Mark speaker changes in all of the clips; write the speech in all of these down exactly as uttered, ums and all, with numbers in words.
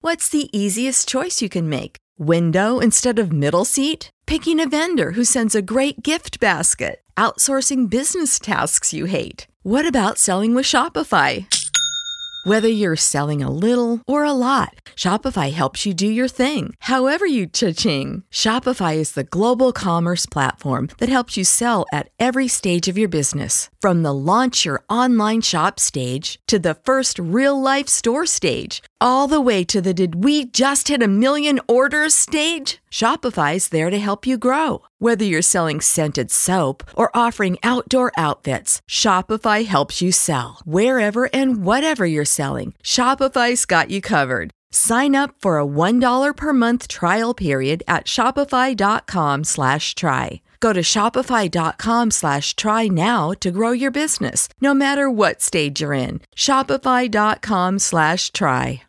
Speaker 1: What's the easiest choice you can make? Window instead of middle seat? Picking a vendor who sends a great gift basket? Outsourcing business tasks you hate? What about selling with Shopify? Whether you're selling a little or a lot, Shopify helps you do your thing, however you cha-ching. Shopify is the global commerce platform that helps you sell at every stage of your business. From the launch your online shop stage to the first real-life store stage, all the way to the did we just hit a million orders stage. Shopify's there to help you grow. Whether you're selling scented soap or offering outdoor outfits, Shopify helps you sell. Wherever and whatever you're selling, Shopify's got you covered. Sign up for a one dollar per month trial period at shopify.com slash try. Go to shopify.com slash try now to grow your business, no matter what stage you're in. Shopify.com slash try.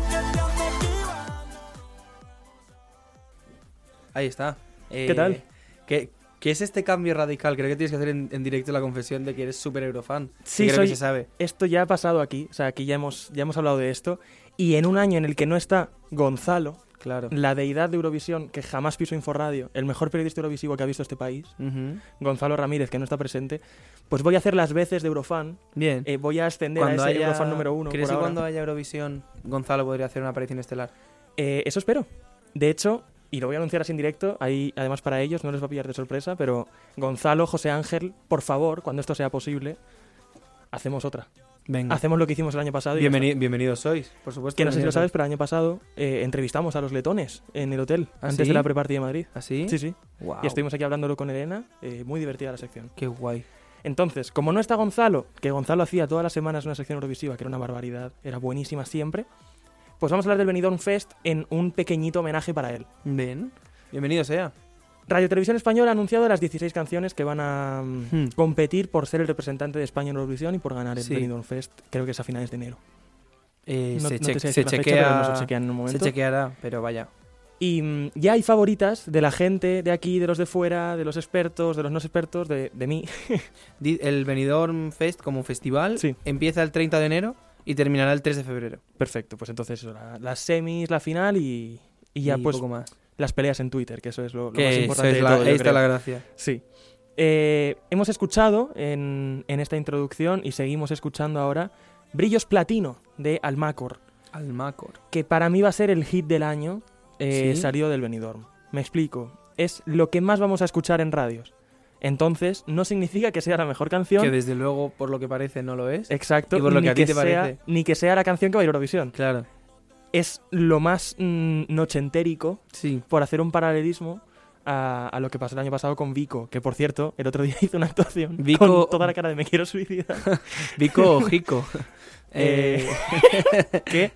Speaker 2: Ahí está. Eh,
Speaker 3: ¿Qué tal?
Speaker 2: ¿qué, ¿Qué es este cambio radical? Creo que tienes que hacer en, en directo la confesión de que eres súper eurofan.
Speaker 3: Sí,
Speaker 2: creo
Speaker 3: soy,
Speaker 2: que se sabe.
Speaker 3: Esto ya ha pasado aquí, o sea, aquí ya hemos, ya hemos hablado de esto. Y en un año en el que no está Gonzalo,
Speaker 2: Claro.
Speaker 3: la deidad de Eurovisión, que jamás pisó Inforradio, el mejor periodista eurovisivo que ha visto este país,
Speaker 2: Uh-huh.
Speaker 3: Gonzalo Ramírez, que no está presente, pues voy a hacer las veces de Eurofan.
Speaker 2: Bien.
Speaker 3: Eh, voy a ascender a
Speaker 2: Cuando
Speaker 3: ese
Speaker 2: haya,
Speaker 3: Eurofan número uno.
Speaker 2: ¿Crees
Speaker 3: por
Speaker 2: que
Speaker 3: ahora.
Speaker 2: cuando haya Eurovisión, Gonzalo podría hacer una aparición estelar?
Speaker 3: Eh, eso espero. De hecho, y lo voy a anunciar así en directo, ahí además para ellos, no les va a pillar de sorpresa, pero Gonzalo, José Ángel, por favor, cuando esto sea posible, hacemos otra.
Speaker 2: Venga.
Speaker 3: Hacemos lo que hicimos el año pasado. y ya
Speaker 2: Bienveni-
Speaker 3: está.
Speaker 2: bienvenidos sois, por supuesto.
Speaker 3: Que no sé si lo
Speaker 2: bienvenidos
Speaker 3: sabes, pero el año pasado eh, entrevistamos a los letones en el hotel,
Speaker 2: ¿Ah,
Speaker 3: antes
Speaker 2: sí?
Speaker 3: de la pre-party de Madrid.
Speaker 2: sois. ¿Así?
Speaker 3: Sí, sí.
Speaker 2: Wow.
Speaker 3: Y estuvimos aquí hablándolo con Elena, eh, muy divertida la sección.
Speaker 2: Qué guay.
Speaker 3: Entonces, como no está Gonzalo, que Gonzalo hacía todas las semanas una sección eurovisiva, que era una barbaridad, era buenísima siempre, pues vamos a hablar del Benidorm Fest en un pequeñito homenaje para él.
Speaker 2: Bien. Bienvenido sea.
Speaker 3: Radio Televisión Española ha anunciado las dieciséis canciones que van a mm,
Speaker 2: Hmm.
Speaker 3: competir por ser el representante de España en Eurovisión y por ganar el
Speaker 2: Sí.
Speaker 3: Benidorm Fest, creo que es a finales de enero.
Speaker 2: Eh,
Speaker 3: No-
Speaker 2: se
Speaker 3: no
Speaker 2: che-
Speaker 3: te sé
Speaker 2: se
Speaker 3: decir la fecha,
Speaker 2: chequea,
Speaker 3: pero no se chequean en un momento.
Speaker 2: Se chequeará, pero vaya.
Speaker 3: Y mm, ya hay favoritas de la gente de aquí, de los de fuera, de los expertos, de los no expertos, de, de mí.
Speaker 2: Di- El Benidorm Fest como festival
Speaker 3: Sí.
Speaker 2: empieza el treinta de enero y terminará el tres de febrero.
Speaker 3: Perfecto, pues entonces eso, la- las semis, la final y, y ya
Speaker 2: y
Speaker 3: pues
Speaker 2: poco más.
Speaker 3: las peleas en Twitter, que eso es lo, lo
Speaker 2: Que
Speaker 3: más
Speaker 2: eso
Speaker 3: importante
Speaker 2: es
Speaker 3: de
Speaker 2: la-
Speaker 3: todo, yo
Speaker 2: ahí está
Speaker 3: creo.
Speaker 2: la gracia.
Speaker 3: Sí. Eh, hemos escuchado en, en esta introducción y seguimos escuchando ahora Brillos Platino de Almacor,
Speaker 2: Almacor.
Speaker 3: que para mí va a ser el hit del año, eh,
Speaker 2: ¿Sí?
Speaker 3: salió del Benidorm. Me explico. Es lo que más vamos a escuchar en radios. Entonces, no significa que sea la mejor canción.
Speaker 2: Que desde luego, por lo que parece, no lo es.
Speaker 3: Exacto.
Speaker 2: y por lo
Speaker 3: ni
Speaker 2: que a ti te
Speaker 3: sea,
Speaker 2: parece.
Speaker 3: Ni que sea la canción que va a ir a Eurovisión.
Speaker 2: Claro.
Speaker 3: Es lo más mm, nochentérico,
Speaker 2: Sí.
Speaker 3: por hacer un paralelismo a, a lo que pasó el año pasado con Vico, que por cierto, el otro día hizo una actuación
Speaker 2: Vico-
Speaker 3: con toda la cara de me quiero suicidar.
Speaker 2: Vico o Jico.
Speaker 3: Eh,
Speaker 2: eh,
Speaker 3: ¿Qué?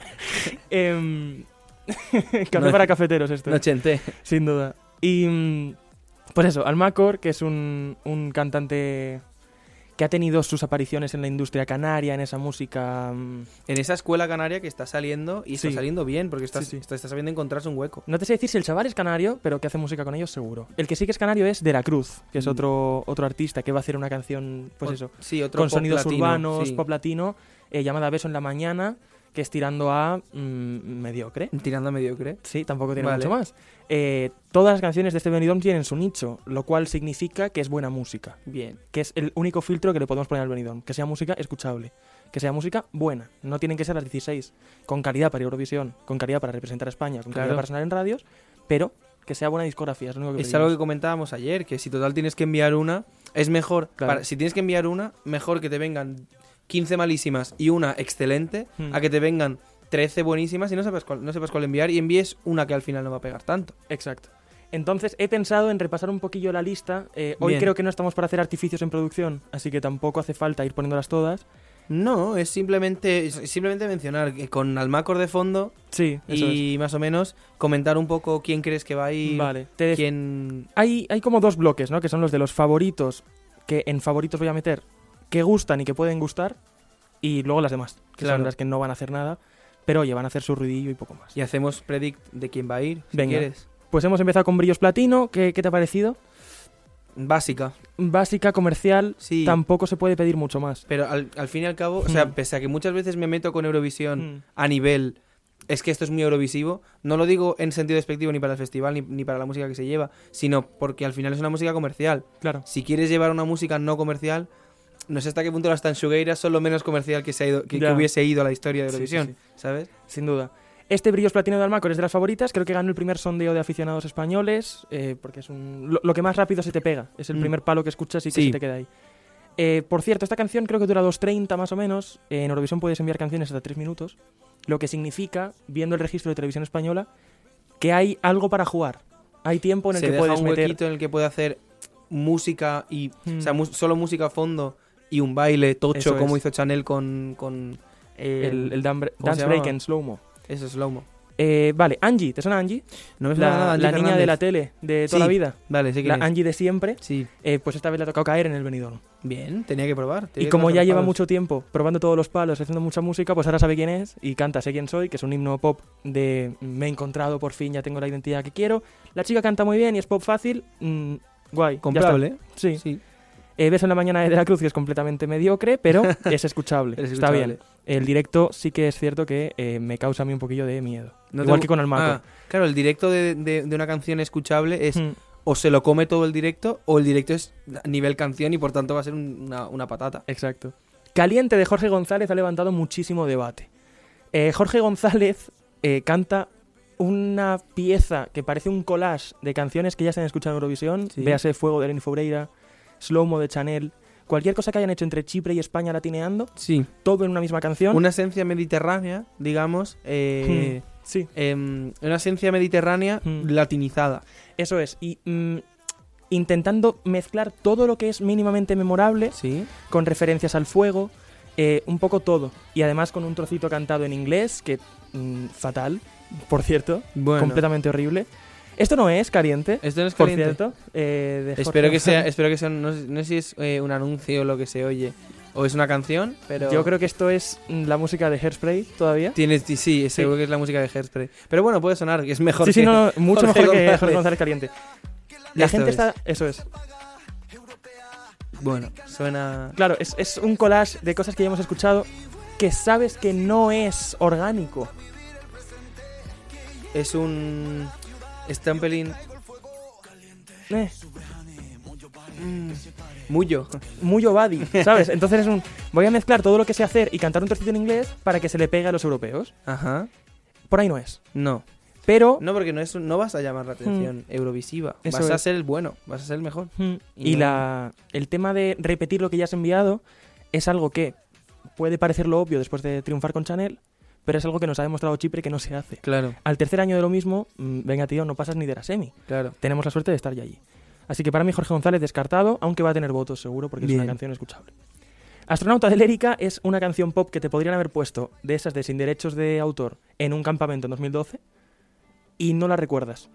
Speaker 3: Em, café
Speaker 2: No-
Speaker 3: para cafeteros esto,
Speaker 2: Nochenté.
Speaker 3: sin duda. Y mm, pues eso, Almacor, que es un, un cantante que ha tenido sus apariciones en la industria canaria, en esa música... mm,
Speaker 2: En esa escuela canaria que está saliendo y está
Speaker 3: Sí.
Speaker 2: saliendo bien, porque está,
Speaker 3: Sí, sí.
Speaker 2: está, está sabiendo encontrarse un hueco.
Speaker 3: No te sé decir si el chaval es canario, pero que hace música con ellos seguro. El que sí que es canario es De la Cruz, que es
Speaker 2: Mm.
Speaker 3: otro, otro artista que va a hacer una canción, pues
Speaker 2: O-
Speaker 3: eso,
Speaker 2: Sí, otro
Speaker 3: con
Speaker 2: pop
Speaker 3: sonidos
Speaker 2: latino,
Speaker 3: urbanos,
Speaker 2: sí.
Speaker 3: pop latino, eh, llamada Beso en la Mañana, que es tirando a mm, mediocre.
Speaker 2: Tirando a mediocre.
Speaker 3: Sí, tampoco tiene
Speaker 2: Vale.
Speaker 3: mucho más. Eh, todas las canciones de este Benidorm tienen su nicho, lo cual significa que es buena música,
Speaker 2: Bien.
Speaker 3: que es el único filtro que le podemos poner al Benidorm, que sea música escuchable, que sea música buena. No tienen que ser las dieciséis, con calidad para Eurovisión, con calidad para representar a España, con calidad
Speaker 2: Claro.
Speaker 3: para sonar en radios, pero que sea buena discografía, es lo único que
Speaker 2: Es
Speaker 3: pedimos.
Speaker 2: algo que comentábamos ayer, que si total tienes que enviar una, es mejor,
Speaker 3: Claro.
Speaker 2: para- si tienes que enviar una, mejor que te vengan quince malísimas y una excelente,
Speaker 3: Hmm.
Speaker 2: a que te vengan trece buenísimas y no sepas cuál, no sepas cuál enviar y envíes una que al final no va a pegar tanto.
Speaker 3: Exacto. Entonces he pensado en repasar un poquillo la lista. Eh, hoy
Speaker 2: Bien.
Speaker 3: creo que no estamos para hacer artificios en producción, así que tampoco hace falta ir poniéndolas todas.
Speaker 2: No, es simplemente, es simplemente mencionar que con Almacor de fondo
Speaker 3: Sí, eso
Speaker 2: y más o menos comentar un poco quién crees que va a
Speaker 3: es.
Speaker 2: ir,
Speaker 3: Vale. Te def-
Speaker 2: quién...
Speaker 3: hay, hay como dos bloques, ¿no? Que son los de los favoritos, que en favoritos voy a meter que gustan y que pueden gustar, y luego las demás, que
Speaker 2: Claro.
Speaker 3: son las que no van a hacer nada, pero oye, van a hacer su ruidillo y poco más.
Speaker 2: Y hacemos predict de quién va a ir, si
Speaker 3: Venga.
Speaker 2: quieres.
Speaker 3: Pues hemos empezado con Brillos Platino. ¿Qué, qué te ha parecido?
Speaker 2: Básica,
Speaker 3: Básica, comercial,
Speaker 2: sí.
Speaker 3: tampoco se puede pedir mucho más.
Speaker 2: Pero al, al fin y al cabo, o sea,
Speaker 3: Mm.
Speaker 2: pese a que muchas veces me meto con Eurovisión
Speaker 3: Mm.
Speaker 2: a nivel es que esto es muy eurovisivo. No lo digo en sentido despectivo ni para el festival ni, ni para la música que se lleva, sino porque al final es una música comercial.
Speaker 3: Claro.
Speaker 2: Si quieres llevar una música no comercial, no sé hasta qué punto las tanchugueiras son lo menos comercial que, se ha ido, que, que hubiese ido a la historia de Eurovisión, sí, sí, sí. ¿sabes?
Speaker 3: Sin duda. Este Brillos Platino de Almacor es de las favoritas. Creo que ganó el primer sondeo de aficionados españoles, eh, porque es un, lo, lo que más rápido se te pega. Es el mm. primer palo que escuchas y que sí. se te queda ahí. Eh, por cierto, esta canción creo que dura dos treinta más o menos. Eh, en Eurovisión puedes enviar canciones hasta tres minutos, lo que significa, viendo el registro de Televisión Española, que hay algo para jugar. Hay tiempo en el
Speaker 2: se
Speaker 3: que
Speaker 2: deja
Speaker 3: puedes
Speaker 2: un
Speaker 3: meter...
Speaker 2: huequito en el que puede hacer música y...
Speaker 3: Mm.
Speaker 2: O sea, mu- solo música a fondo y un baile tocho,
Speaker 3: Eso
Speaker 2: como
Speaker 3: es.
Speaker 2: hizo Chanel con... con eh,
Speaker 3: El, el dan-
Speaker 2: ¿cómo se
Speaker 3: Dance
Speaker 2: llamaba?
Speaker 3: Break en slow-mo.
Speaker 2: Eso, slow-mo.
Speaker 3: Eh, vale, Angie, ¿te suena Angie?
Speaker 2: No me suena
Speaker 3: La,
Speaker 2: nada, Angie
Speaker 3: la niña
Speaker 2: Fernández.
Speaker 3: de la tele de toda
Speaker 2: Sí.
Speaker 3: la vida.
Speaker 2: Vale, sí que
Speaker 3: La
Speaker 2: es.
Speaker 3: Angie de siempre.
Speaker 2: Sí.
Speaker 3: Eh, pues esta vez le ha tocado caer en el Benidorm.
Speaker 2: Bien, tenía que probar.
Speaker 3: Y como ya lleva mucho tiempo probando todos los palos, haciendo mucha música, pues ahora sabe quién es y canta Sé quién soy, que es un himno pop de me he encontrado, por fin ya tengo la identidad que quiero. La chica canta muy bien y es pop fácil. Mmm, guay. ya
Speaker 2: Comprable.
Speaker 3: está. Sí.
Speaker 2: Sí.
Speaker 3: Eh, Beso en la mañana de De la Cruz, que es completamente mediocre, pero es escuchable.
Speaker 2: Es
Speaker 3: Está
Speaker 2: escuchable.
Speaker 3: bien. El directo sí que es cierto que eh, me causa a mí un poquillo de miedo.
Speaker 2: No
Speaker 3: Igual
Speaker 2: te-
Speaker 3: que con Almacor.
Speaker 2: Ah, claro, el directo de, de, de una canción escuchable es
Speaker 3: Mm.
Speaker 2: o se lo come todo el directo o el directo es a nivel canción y por tanto va a ser un- una, una patata.
Speaker 3: Exacto. Caliente de Jorge González ha levantado muchísimo debate. Eh, Jorge González eh, canta una pieza que parece un collage de canciones que ya se han escuchado en Eurovisión.
Speaker 2: Sí.
Speaker 3: Véase Fuego de Eleni Foureira, Slow-mo de Chanel. Cualquier cosa que hayan hecho entre Chipre y España latineando,
Speaker 2: Sí.
Speaker 3: todo en una misma canción.
Speaker 2: Una esencia mediterránea, digamos. Eh,
Speaker 3: Hmm, sí,
Speaker 2: em, una esencia mediterránea
Speaker 3: Hmm.
Speaker 2: latinizada.
Speaker 3: eso es. Y mm, intentando mezclar todo lo que es mínimamente memorable
Speaker 2: Sí.
Speaker 3: con referencias al fuego, eh, un poco todo. Y además con un trocito cantado en inglés, que mm, fatal, por cierto,
Speaker 2: Bueno.
Speaker 3: completamente horrible. Esto no es Caliente,
Speaker 2: Esto no es
Speaker 3: por
Speaker 2: caliente.
Speaker 3: cierto. eh, de Jorge
Speaker 2: Espero que sea,
Speaker 3: González.
Speaker 2: espero que sea, no, sé- no sé si es eh, un anuncio o lo que se oye, o es una canción, pero...
Speaker 3: Yo creo que esto es mm, la música de Hairspray todavía.
Speaker 2: Tiene, sí, sí, seguro que es la música de Hairspray. Pero bueno, puede sonar, que es mejor
Speaker 3: Sí, sí,
Speaker 2: que
Speaker 3: no, no, mucho
Speaker 2: Jorge
Speaker 3: mejor que
Speaker 2: González.
Speaker 3: Jorge González Caliente. La
Speaker 2: Esto
Speaker 3: gente
Speaker 2: es.
Speaker 3: está... Eso es.
Speaker 2: Bueno, suena...
Speaker 3: Claro, es, es un collage de cosas que ya hemos escuchado que sabes que no es orgánico.
Speaker 2: Es un... Stampelin...
Speaker 3: Eh,
Speaker 2: Muyo.
Speaker 3: muy obadi, ¿sabes? Entonces es un... Voy a mezclar todo lo que sé hacer y cantar un trocito en inglés para que se le pegue a los europeos.
Speaker 2: Ajá.
Speaker 3: Por ahí no es.
Speaker 2: No.
Speaker 3: Pero...
Speaker 2: No, porque no, es un- no vas a llamar la atención eurovisiva.
Speaker 3: Eso
Speaker 2: vas a
Speaker 3: es.
Speaker 2: ser el bueno, vas a ser el mejor.
Speaker 3: Mm,
Speaker 2: Y
Speaker 3: Y
Speaker 2: no-
Speaker 3: la, el tema de repetir lo que ya has enviado es algo que puede parecerlo obvio después de triunfar con Chanel, pero es algo que nos ha demostrado Chipre que no se hace.
Speaker 2: Claro,
Speaker 3: Al tercer año de lo mismo, mm, venga tío, no pasas ni de la semi.
Speaker 2: claro.
Speaker 3: Tenemos la suerte de estar ya allí. Así que para mí Jorge González descartado, aunque va a tener votos seguro porque
Speaker 2: Bien.
Speaker 3: es una canción escuchable. Astronauta de Lérica es una canción pop que te podrían haber puesto de esas de sin derechos de autor en un campamento en dos mil doce y no la recuerdas.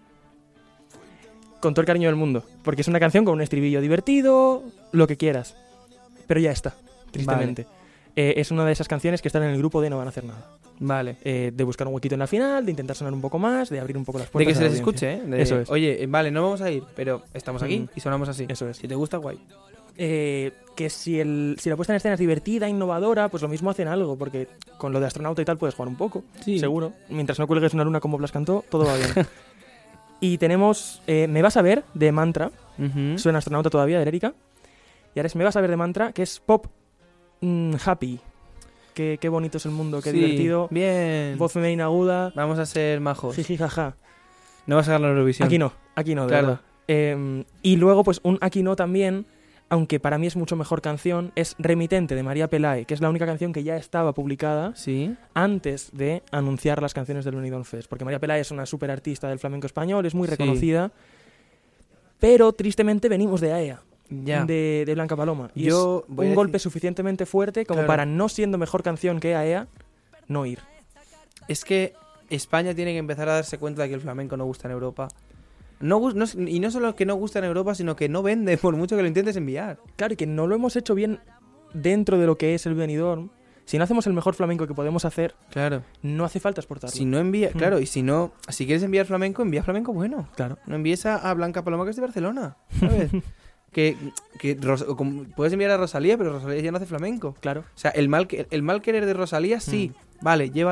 Speaker 3: Con todo el cariño del mundo. Porque es una canción con un estribillo divertido, lo que quieras. Pero ya está, tristemente. Eh, es una de esas canciones que están en el grupo de No van a hacer nada.
Speaker 2: Vale.
Speaker 3: Eh, de buscar un huequito en la final, de intentar sonar un poco más, de abrir un poco las
Speaker 2: De
Speaker 3: puertas.
Speaker 2: que
Speaker 3: a
Speaker 2: se
Speaker 3: la
Speaker 2: les
Speaker 3: audiencia.
Speaker 2: escuche, ¿eh? De,
Speaker 3: Eso es.
Speaker 2: Oye, eh, vale, no vamos a ir, pero estamos aquí
Speaker 3: Mm.
Speaker 2: y sonamos así.
Speaker 3: Eso es.
Speaker 2: Si te gusta, guay.
Speaker 3: Eh, que si, el, si la puesta en escena es divertida, innovadora, pues lo mismo hacen algo, porque con lo de astronauta y tal puedes jugar un poco,
Speaker 2: Sí.
Speaker 3: seguro. Mientras no cuelgues una luna como Blas cantó, todo va bien. Y tenemos eh, Me vas a ver, de Mantra,
Speaker 2: Ujú.
Speaker 3: suena astronauta todavía, de Erika. Y ahora es Me vas a ver, de Mantra, que es pop mm, happy. Qué, qué bonito es el mundo, qué
Speaker 2: Sí,
Speaker 3: divertido.
Speaker 2: Bien.
Speaker 3: Voz femenina aguda,
Speaker 2: Vamos a ser majos.
Speaker 3: jiji jaja.
Speaker 2: No vas a ganar la Eurovisión.
Speaker 3: Aquí no, aquí no, de
Speaker 2: Claro.
Speaker 3: verdad. Eh, y luego, pues un aquí no también, aunque para mí es mucho mejor canción, es Remitente, de María Pelae, que es la única canción que ya estaba publicada
Speaker 2: Sí.
Speaker 3: antes de anunciar las canciones del Benidorm Fest. Porque María Pelae es una super artista del flamenco español, es muy
Speaker 2: Sí.
Speaker 3: reconocida, pero tristemente venimos de A E A,
Speaker 2: Ya.
Speaker 3: de, de Blanca Paloma. Y
Speaker 2: Yo
Speaker 3: es
Speaker 2: voy
Speaker 3: un
Speaker 2: a
Speaker 3: golpe
Speaker 2: decir-
Speaker 3: suficientemente fuerte como
Speaker 2: Claro.
Speaker 3: para, no siendo mejor canción que A E A, no ir.
Speaker 2: Es que España tiene que empezar a darse cuenta de que el flamenco no gusta en Europa. No, gus- no es- y no solo que no gusta en Europa, sino que no vende por mucho que lo intentes enviar.
Speaker 3: Claro, y que no lo hemos hecho bien dentro de lo que es el Benidorm. Si no hacemos el mejor flamenco que podemos hacer,
Speaker 2: Claro.
Speaker 3: no hace falta exportarlo.
Speaker 2: Si no envía,
Speaker 3: Mm.
Speaker 2: claro, y si no, si quieres enviar flamenco, envía flamenco bueno.
Speaker 3: Claro.
Speaker 2: No envíes a, a Blanca Paloma, que es de Barcelona, ¿sabes? que que Ros- o como- puedes enviar a Rosalía, pero Rosalía ya no hace flamenco.
Speaker 3: Claro.
Speaker 2: O sea, el mal, que- el mal querer de Rosalía, sí,
Speaker 3: Mm.
Speaker 2: vale, llévalo.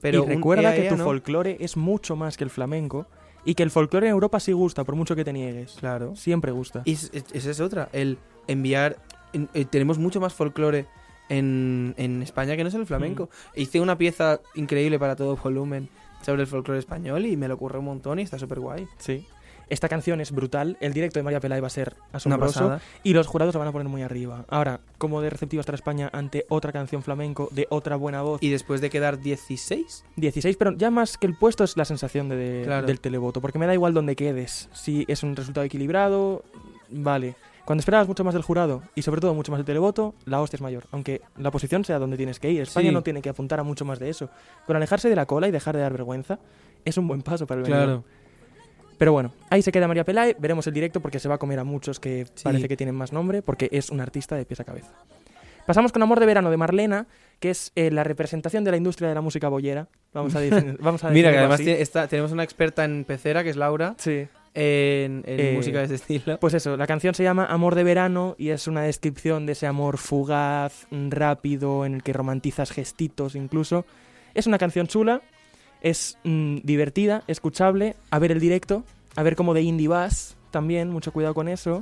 Speaker 2: Pero
Speaker 3: y recuerda
Speaker 2: ea,
Speaker 3: que
Speaker 2: ea,
Speaker 3: tu
Speaker 2: ¿no?
Speaker 3: folclore es mucho más que el flamenco y que el folclore en Europa sí gusta, por mucho que te niegues.
Speaker 2: Claro.
Speaker 3: Siempre gusta.
Speaker 2: Y es- es- esa es otra, el enviar... en- eh, tenemos mucho más folclore en, en España que no es el flamenco.
Speaker 3: Mm.
Speaker 2: Hice una pieza increíble para todo volumen sobre el folclore español y me lo ocurre un montón y está súper guay.
Speaker 3: Sí. Esta canción es brutal, el directo de María Pelay va a ser
Speaker 2: Una
Speaker 3: asombroso
Speaker 2: pasada.
Speaker 3: y los jurados la van a poner muy arriba. Ahora, ¿cómo de receptiva estará España ante otra canción flamenco de otra buena voz?
Speaker 2: Y después de quedar dieciséis,
Speaker 3: dieciséis, pero ya más que el puesto es la sensación de, de-
Speaker 2: Claro.
Speaker 3: del televoto, porque me da igual donde quedes. Si es un resultado equilibrado, vale. Cuando esperabas mucho más del jurado y sobre todo mucho más del televoto, la hostia es mayor. Aunque la posición sea donde tienes que ir. España
Speaker 2: Sí.
Speaker 3: no tiene que apuntar a mucho más de eso. Con alejarse de la cola y dejar de dar vergüenza, es un buen paso para el Benidorm. Pero bueno, ahí se queda María Pelay, veremos el directo porque se va a comer a muchos que
Speaker 2: Sí.
Speaker 3: parece que tienen más nombre, porque es un artista de pies a cabeza. Pasamos con Amor de Verano de Marlena, que es eh, la representación de la industria de la música boyera. Vamos a decir, vamos a
Speaker 2: Mira, que
Speaker 3: decirlo
Speaker 2: además
Speaker 3: así.
Speaker 2: tiene- está- tenemos una experta en pecera, que es Laura,
Speaker 3: Sí.
Speaker 2: en, en
Speaker 3: Eh,
Speaker 2: música de ese estilo.
Speaker 3: Pues eso, la canción se llama Amor de Verano y es una descripción de ese amor fugaz, mm, rápido, en el que romantizas gestitos incluso. Es una canción chula, es mm, divertida, escuchable, a ver el directo, a ver cómo de indie vas también, mucho cuidado con eso.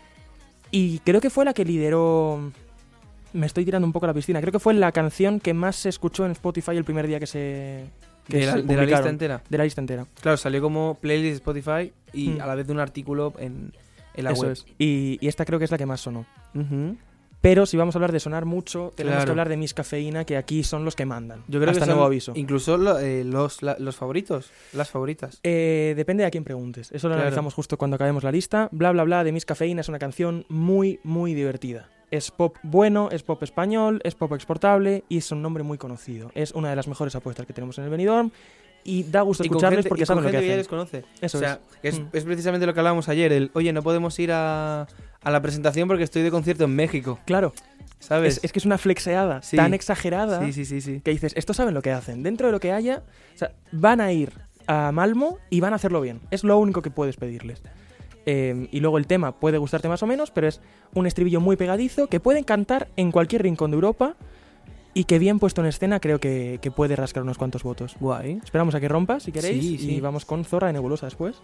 Speaker 3: Y creo que fue la que lideró... Me estoy tirando un poco a la piscina. Creo que fue la canción que más se escuchó en Spotify el primer día que se... Que
Speaker 2: de, la,
Speaker 3: se
Speaker 2: de la lista
Speaker 3: publicaron.
Speaker 2: entera.
Speaker 3: De la lista entera.
Speaker 2: Claro, salió como playlist de Spotify y
Speaker 3: Mm.
Speaker 2: a la vez de un artículo en, en la
Speaker 3: Eso
Speaker 2: web.
Speaker 3: es. Y, y esta creo que es la que más sonó.
Speaker 2: Ujú.
Speaker 3: Pero si vamos a hablar de sonar mucho, tenemos
Speaker 2: Claro.
Speaker 3: que hablar de Miss Cafeína, que aquí son los que mandan.
Speaker 2: Yo creo
Speaker 3: hasta
Speaker 2: que son
Speaker 3: nuevo aviso.
Speaker 2: incluso lo- eh, los, la- los favoritos, las favoritas.
Speaker 3: Eh, depende de a quién preguntes. Eso lo
Speaker 2: Claro.
Speaker 3: analizamos justo cuando acabemos la lista. Bla, bla, bla de Miss Cafeína es una canción muy, muy divertida. Es pop bueno, es pop español, es pop exportable y es un nombre muy conocido. Es una de las mejores apuestas que tenemos en el Benidorm y da gusto
Speaker 2: Y con
Speaker 3: escucharles
Speaker 2: gente-
Speaker 3: porque
Speaker 2: y con
Speaker 3: saben lo que
Speaker 2: gente ya
Speaker 3: hacen.
Speaker 2: les conoce.
Speaker 3: Eso
Speaker 2: o sea,
Speaker 3: es.
Speaker 2: es,
Speaker 3: Mm.
Speaker 2: es precisamente lo que hablábamos ayer. El, oye, no podemos ir a, a la presentación porque estoy de concierto en México.
Speaker 3: Claro,
Speaker 2: ¿Sabes?
Speaker 3: es, es que es una flexeada
Speaker 2: Sí.
Speaker 3: tan exagerada
Speaker 2: Sí, sí, sí, sí.
Speaker 3: que dices, estos saben lo que hacen. Dentro de lo que haya, o sea, van a ir a Malmo y van a hacerlo bien. Es lo único que puedes pedirles. Eh, y luego el tema puede gustarte más o menos, pero es un estribillo muy pegadizo que pueden cantar en cualquier rincón de Europa y que bien puesto en escena creo que, que puede rascar unos cuantos votos.
Speaker 2: Guay.
Speaker 3: Esperamos a que rompa, si queréis,
Speaker 2: Sí, sí.
Speaker 3: y vamos con Zorra de Nebulosa después.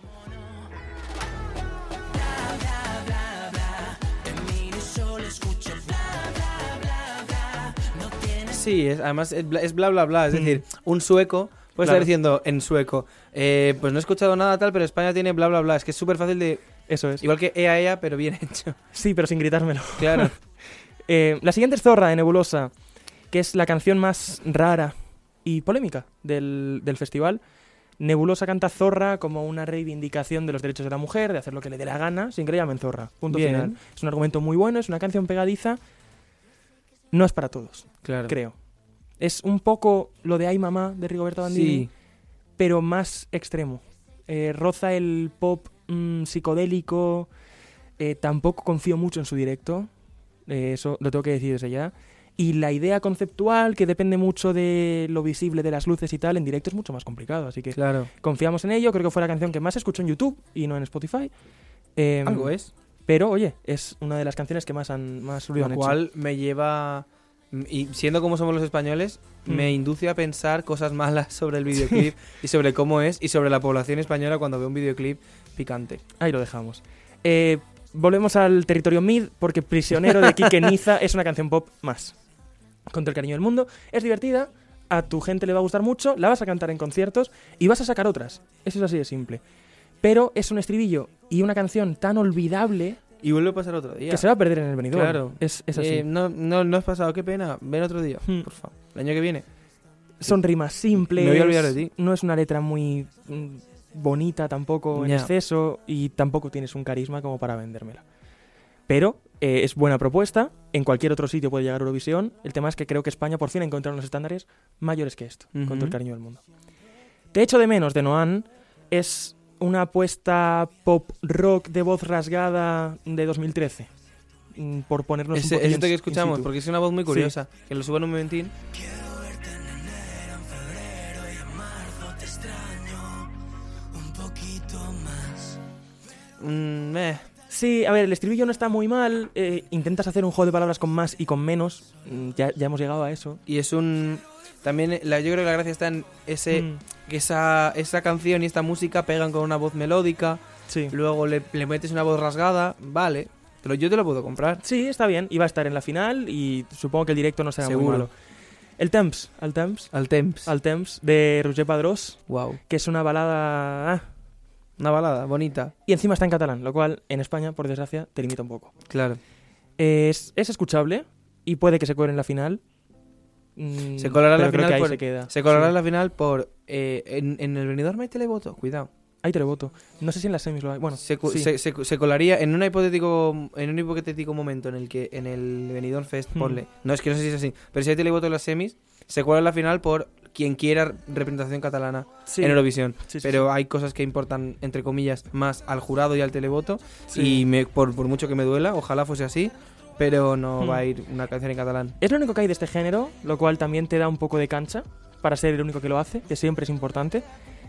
Speaker 2: Sí, es, además es bla, es bla, bla, bla. Es
Speaker 3: Mm.
Speaker 2: decir, un sueco puede
Speaker 3: Claro.
Speaker 2: estar diciendo en sueco, eh, pues no he escuchado nada tal, pero España tiene bla, bla, bla. Es que es súper fácil de...
Speaker 3: Eso es.
Speaker 2: Igual que ea, ea, pero bien hecho.
Speaker 3: Sí, pero sin gritármelo.
Speaker 2: Claro.
Speaker 3: Eh, la siguiente es Zorra de Nebulosa, que es la canción más rara y polémica del, del festival. Nebulosa canta Zorra como una reivindicación de los derechos de la mujer, de hacer lo que le dé la gana, sin que le llamen Zorra. Punto
Speaker 2: Bien.
Speaker 3: final. Es un argumento muy bueno, es una canción pegadiza. No es para todos,
Speaker 2: Claro.
Speaker 3: creo. Es un poco lo de Ay Mamá de Rigoberta Bandini,
Speaker 2: Sí.
Speaker 3: pero más extremo. Eh, roza el pop mm, psicodélico. Eh, tampoco confío mucho en su directo. Eh, eso lo tengo que decir desde ya. Y la idea conceptual, que depende mucho de lo visible de las luces y tal, en directo es mucho más complicado. Así que
Speaker 2: Claro.
Speaker 3: confiamos en ello. Creo que fue la canción que más se escuchó en YouTube y no en Spotify. Eh,
Speaker 2: Algo es.
Speaker 3: Pero, oye, es una de las canciones que más han más ruido
Speaker 2: Lo
Speaker 3: han
Speaker 2: cual me lleva... Y siendo como somos los españoles,
Speaker 3: Mm.
Speaker 2: me induce a pensar cosas malas sobre el videoclip y sobre cómo es y sobre la población española cuando ve un videoclip picante.
Speaker 3: hecho. Ahí lo dejamos. Eh, volvemos al territorio mid, porque Prisionero de Quique Niza es una canción pop más. Con todo el cariño del mundo. Es divertida, a tu gente le va a gustar mucho, la vas a cantar en conciertos y vas a sacar otras. Eso es así de simple. Pero es un estribillo y una canción tan olvidable
Speaker 2: Y vuelve a pasar otro día.
Speaker 3: que se va a perder en el Benidorm.
Speaker 2: Claro.
Speaker 3: Es, es así.
Speaker 2: Eh, no, no, no has pasado, qué pena. Ven otro día,
Speaker 3: Hmm.
Speaker 2: por favor. El año que viene.
Speaker 3: Son rimas simples.
Speaker 2: Me voy a olvidar de ti.
Speaker 3: No es una letra muy mm, bonita tampoco en
Speaker 2: Ya.
Speaker 3: exceso y tampoco tienes un carisma como para vendérmela. Pero eh, es buena propuesta. En cualquier otro sitio puede llegar a Eurovisión. El tema es que creo que España por fin ha encontrado unos estándares mayores que esto,
Speaker 2: Ujú.
Speaker 3: con todo el cariño del mundo. Te echo de menos de Noan es una apuesta pop rock de voz rasgada de dos mil trece. Mm, Por ponernos
Speaker 2: Ese,
Speaker 3: un poquillo
Speaker 2: es esto
Speaker 3: en-
Speaker 2: que
Speaker 3: in
Speaker 2: escuchamos,
Speaker 3: situ.
Speaker 2: porque es una voz muy curiosa. Que lo suba en un momentín. Mm, meh.
Speaker 3: Sí, a ver, el estribillo no está muy mal. Eh, intentas hacer un juego de palabras con más y con menos. Mm, Ya, ya hemos llegado a eso.
Speaker 2: Y es un... También la, yo creo que la gracia está en ese
Speaker 3: Mm,
Speaker 2: que esa, esa canción y esta música pegan con una voz melódica.
Speaker 3: sí.
Speaker 2: Luego le, le metes una voz rasgada. Vale, pero yo te lo puedo comprar.
Speaker 3: Sí, está bien. Iba a estar en la final y supongo que el directo no será muy
Speaker 2: Seguro.
Speaker 3: malo. El Temps, al Temps,
Speaker 2: Al temps.
Speaker 3: al Temps de Roger Padrós,
Speaker 2: Wow.
Speaker 3: que es una balada... ah,
Speaker 2: Una balada bonita.
Speaker 3: y encima está en catalán, lo cual en España, por desgracia, te limita un poco.
Speaker 2: Claro.
Speaker 3: Es, es escuchable y puede que se cuele en la final. Mm,
Speaker 2: Se colará en
Speaker 3: pero
Speaker 2: la
Speaker 3: creo
Speaker 2: final
Speaker 3: que ahí
Speaker 2: por-
Speaker 3: se queda.
Speaker 2: Se colará
Speaker 3: Sí.
Speaker 2: en la final por... eh, en, en el Benidorm hay televoto. Cuidado.
Speaker 3: Ahí te lo voto. No sé si en las semis lo hay. Bueno,
Speaker 2: se, cu-
Speaker 3: sí.
Speaker 2: se, se- se colaría en, una hipotético, en un hipotético momento en el que en el Benidorm Fest,
Speaker 3: Hmm.
Speaker 2: ponle... No, es que no sé si es así. Pero si hay televoto en las semis, se cuela en la final por quien quiera representación catalana
Speaker 3: Sí.
Speaker 2: en Eurovisión.
Speaker 3: Sí, sí,
Speaker 2: Pero hay cosas que importan, entre comillas, más al jurado y al televoto.
Speaker 3: Sí.
Speaker 2: Y me, por, por mucho que me duela, ojalá fuese así, pero no
Speaker 3: Hmm.
Speaker 2: va a ir una canción en catalán.
Speaker 3: Es lo único que hay de este género, lo cual también te da un poco de cancha para ser el único que lo hace, que siempre es importante.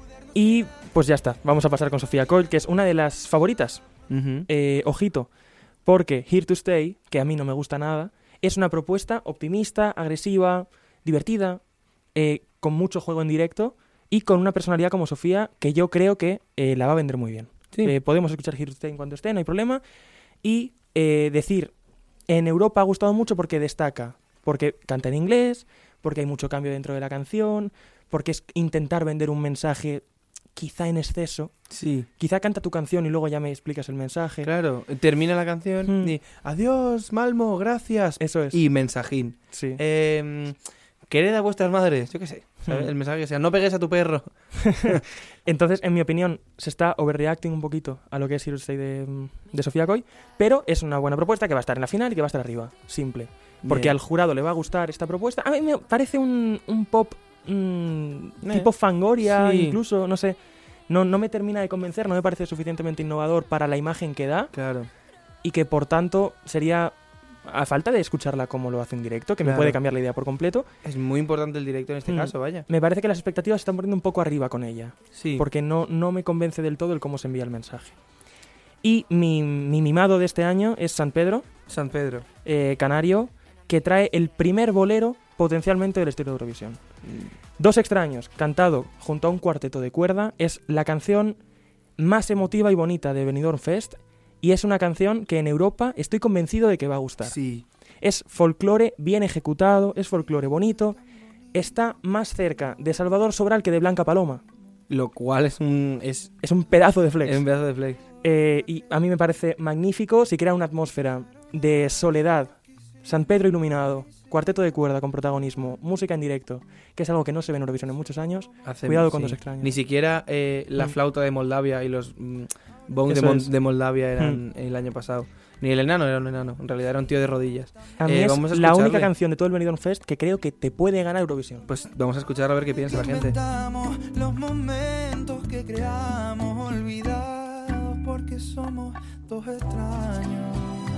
Speaker 3: Y pues ya está, vamos a pasar con Sofía Coll, que es una de las favoritas.
Speaker 2: Ujú.
Speaker 3: Eh, ojito, porque Here to Stay, que a mí no me gusta nada, es una propuesta optimista, agresiva, divertida, eh, con mucho juego en directo y con una personalidad como Sofía que yo creo que eh, la va a vender muy bien.
Speaker 2: Sí.
Speaker 3: Eh, podemos escuchar Here to Stay en cuanto esté, no hay problema. Y eh, decir, en Europa ha gustado mucho porque destaca, porque canta en inglés, porque hay mucho cambio dentro de la canción, porque es intentar vender un mensaje quizá en exceso.
Speaker 2: Sí.
Speaker 3: Quizá canta tu canción y luego ya me explicas el mensaje.
Speaker 2: Claro, termina la canción
Speaker 3: Hmm.
Speaker 2: y adiós, Malmo, gracias.
Speaker 3: Eso es.
Speaker 2: Y mensajín.
Speaker 3: Sí.
Speaker 2: Eh, quered a vuestras madres, yo qué sé. ¿sabes?
Speaker 3: Hmm.
Speaker 2: El mensaje que sea, no pegues a tu perro.
Speaker 3: Entonces, en mi opinión, se está overreacting un poquito a lo que es Here to Stay de, de Sofía Coy, pero es una buena propuesta que va a estar en la final y que va a estar arriba. Simple. Porque
Speaker 2: Bien.
Speaker 3: al jurado le va a gustar esta propuesta. A mí me parece un, un pop mm,
Speaker 2: Eh.
Speaker 3: tipo Fangoria,
Speaker 2: Sí.
Speaker 3: incluso, no sé. No, no me termina de convencer, no me parece suficientemente innovador para la imagen que da
Speaker 2: Claro.
Speaker 3: y que, por tanto, sería, a falta de escucharla como lo hace en directo, que me
Speaker 2: Claro.
Speaker 3: puede cambiar la idea por completo,
Speaker 2: Es muy importante el directo en este
Speaker 3: Hmm.
Speaker 2: caso, vaya.
Speaker 3: me parece que las expectativas se están poniendo un poco arriba con ella.
Speaker 2: Sí.
Speaker 3: Porque no, no me convence del todo el cómo se envía el mensaje. Y mi, mi mimado de este año es San Pedro,
Speaker 2: San Pedro.
Speaker 3: eh, canario, que trae el primer bolero potencialmente del estilo de Eurovisión. Dos extraños, cantado junto a un cuarteto de cuerda, es la canción más emotiva y bonita de Benidorm Fest y es una canción que en Europa estoy convencido de que va a gustar.
Speaker 2: Sí.
Speaker 3: Es folclore bien ejecutado, es folclore bonito, está más cerca de Salvador Sobral que de Blanca Paloma.
Speaker 2: Lo cual es un... Es,
Speaker 3: Es un pedazo de flex.
Speaker 2: es un pedazo de flex.
Speaker 3: Eh, y a mí me parece magnífico si crea una atmósfera de soledad, San Pedro iluminado, cuarteto de cuerda con protagonismo, música en directo, que es algo que no se ve en Eurovisión en muchos años.
Speaker 2: Hace-
Speaker 3: Cuidado con
Speaker 2: sí.
Speaker 3: dos extraños.
Speaker 2: Ni siquiera eh, la
Speaker 3: Mm.
Speaker 2: flauta de Moldavia y los mm, bongs de,
Speaker 3: Eso
Speaker 2: Mon-
Speaker 3: es.
Speaker 2: de Moldavia eran el año pasado. Ni el enano era un enano, en realidad era un tío de rodillas.
Speaker 3: A mí
Speaker 2: Eh,
Speaker 3: es
Speaker 2: vamos a
Speaker 3: la única
Speaker 2: escucharle.
Speaker 3: canción de todo el Benidorm Fest que creo que te puede ganar Eurovisión.
Speaker 2: Pues vamos a escuchar a ver qué piensa la gente.
Speaker 4: Inventamos los momentos que creamos olvidados porque somos dos extraños.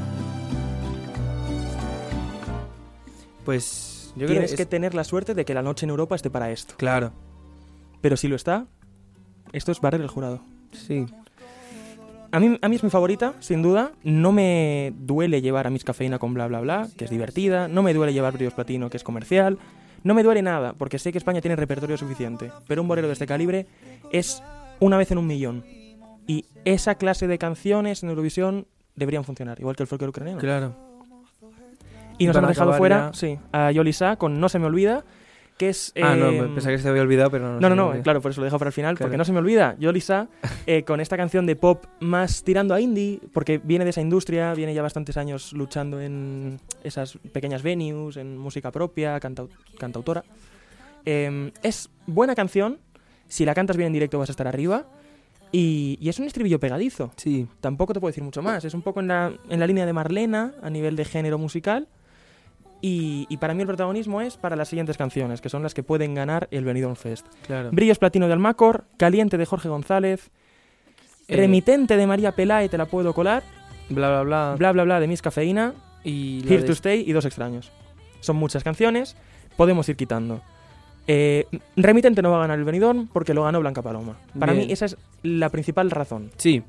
Speaker 2: Pues yo creo
Speaker 3: Tienes
Speaker 2: que,
Speaker 3: que
Speaker 2: es-
Speaker 3: tener la suerte de que la noche en Europa esté para esto.
Speaker 2: Claro,
Speaker 3: Pero si lo está, esto es barrer el jurado.
Speaker 2: sí.
Speaker 3: A mí, a mí es mi favorita, sin duda. No me duele llevar a Miss Cafeína con Bla Bla Bla, que es divertida. No me duele llevar Brillos Platino, que es comercial. No me duele nada, porque sé que España tiene repertorio suficiente. Pero un bolero de este calibre es una vez en un millón. Y esa clase de canciones en Eurovisión deberían funcionar, igual que el folclore ucraniano.
Speaker 2: Claro.
Speaker 3: Y nos
Speaker 2: Para
Speaker 3: han dejado
Speaker 2: acabar
Speaker 3: fuera,
Speaker 2: ya-
Speaker 3: sí, a Yolisa con No se me olvida, que es...
Speaker 2: Ah, no,
Speaker 3: eh,
Speaker 2: pensaba que se te había olvidado, pero no.
Speaker 3: No, no,
Speaker 2: se me
Speaker 3: no,
Speaker 2: olvidó.
Speaker 3: claro, por eso lo dejo para el final,
Speaker 2: Claro.
Speaker 3: porque no se me olvida. Yolisa, eh, con esta canción de pop más tirando a indie, porque viene de esa industria, viene ya bastantes años luchando en esas pequeñas venues, en música propia, cantau- cantautora. Eh, es buena canción, si la cantas bien en directo vas a estar arriba, y, y es un estribillo pegadizo.
Speaker 2: Sí,
Speaker 3: Tampoco te puedo decir mucho más, es un poco en la, en la línea de Marlena, a nivel de género musical. Y, y para mí el protagonismo es para las siguientes canciones, que son las que pueden ganar el Benidorm Fest.
Speaker 2: claro.
Speaker 3: Brillos Platino de Almacor, Caliente de Jorge González,
Speaker 2: Eh,
Speaker 3: Remitente de María Peláez, te la puedo colar,
Speaker 2: Bla, bla, bla.
Speaker 3: Bla Bla Bla de Miss Cafeína,
Speaker 2: Y la
Speaker 3: Here
Speaker 2: de-
Speaker 3: to Stay y Dos Extraños. Son muchas canciones, podemos ir quitando. Eh, Remitente no va a ganar el Benidorm porque lo ganó Blanca Paloma. Para
Speaker 2: Bien.
Speaker 3: mí esa es la principal razón.
Speaker 2: Sí,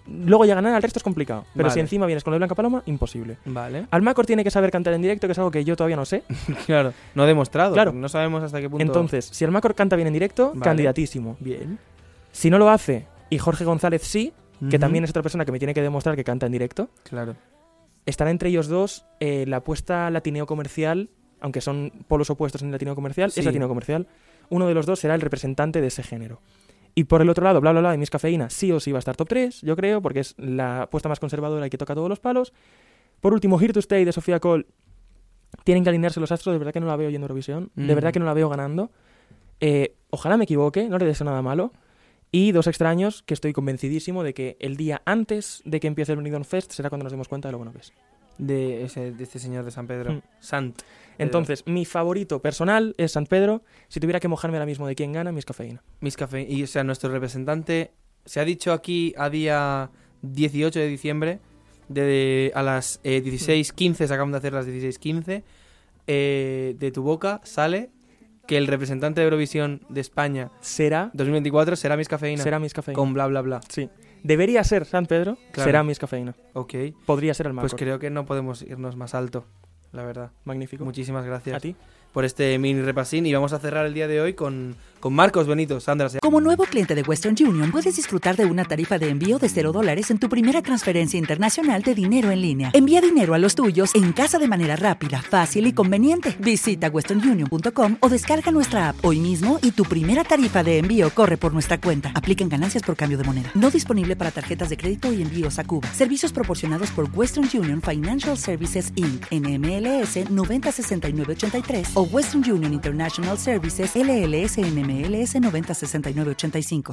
Speaker 3: luego ya ganar al resto es complicado. Pero
Speaker 2: Vale.
Speaker 3: si encima vienes con lo de Blanca Paloma, imposible.
Speaker 2: Vale.
Speaker 3: Almacor tiene que saber cantar en directo, que es algo que yo todavía no sé.
Speaker 2: Claro, no demostrado.
Speaker 3: Claro.
Speaker 2: No sabemos hasta qué punto.
Speaker 3: Entonces, si Almacor canta bien en directo,
Speaker 2: Vale.
Speaker 3: candidatísimo.
Speaker 2: Bien.
Speaker 3: Si no lo hace, y Jorge González sí, que
Speaker 2: Ujú.
Speaker 3: también es otra persona que me tiene que demostrar que canta en directo,
Speaker 2: Claro.
Speaker 3: estará entre ellos dos eh, la apuesta latineo comercial, aunque son polos opuestos en el latineo comercial,
Speaker 2: Sí.
Speaker 3: es latineo comercial. Uno de los dos será el representante de ese género. Y por el otro lado, bla bla bla de Miss Cafeína sí o sí va a estar top tres, yo creo, porque es la apuesta más conservadora y que toca todos los palos. Por último, Here to Stay de Sofía Cole. Tienen que alinearse los astros, de verdad que no la veo yendo a Eurovisión,
Speaker 2: Mm.
Speaker 3: de verdad que no la veo ganando. Eh, ojalá me equivoque, no le deseo nada malo. Y Dos extraños, que estoy convencidísimo de que el día antes de que empiece el Benidorm Fest será cuando nos demos cuenta de lo bueno que es.
Speaker 2: De, ese, de este señor de San Pedro.
Speaker 3: Mm.
Speaker 2: Sant.
Speaker 3: Entonces, mi favorito personal es San Pedro. Si tuviera que mojarme ahora mismo de quién gana, Miss Cafeína.
Speaker 2: Miss Café. Y o sea, nuestro representante se ha dicho aquí a día dieciocho de diciembre, de, a las eh, dieciséis quince, se acaban de hacer las dieciséis quince, eh, de tu boca sale que el representante de Eurovisión de España
Speaker 3: Será,
Speaker 2: dos mil veinticuatro será Miss Cafeína.
Speaker 3: será Miss Cafeína.
Speaker 2: Con bla bla bla.
Speaker 3: Sí. Debería ser San Pedro,
Speaker 2: Claro.
Speaker 3: será Miss Cafeína.
Speaker 2: Ok.
Speaker 3: Podría ser el Almacor.
Speaker 2: Pues creo que no podemos irnos más alto, la verdad.
Speaker 3: Magnífico.
Speaker 2: Muchísimas gracias
Speaker 3: A ti.
Speaker 2: por este mini repasín y vamos a cerrar el día de hoy con, con Marcos Benito. Sandra, se-
Speaker 5: Como nuevo cliente de Western Union, puedes disfrutar de una tarifa de envío de cero dólares en tu primera transferencia internacional de dinero en línea. Envía dinero a los tuyos en casa de manera rápida, fácil y conveniente. Visita western union punto com o descarga nuestra app hoy mismo y tu primera tarifa de envío corre por nuestra cuenta. Aplican ganancias por cambio de moneda. No disponible para tarjetas de crédito y envíos a Cuba. Servicios proporcionados por Western Union Financial Services incorporated. N M L S noventa sesenta y nueve ochenta y tres o Western Union International Services L L S N M L S noventa sesenta y nueve ochenta y cinco.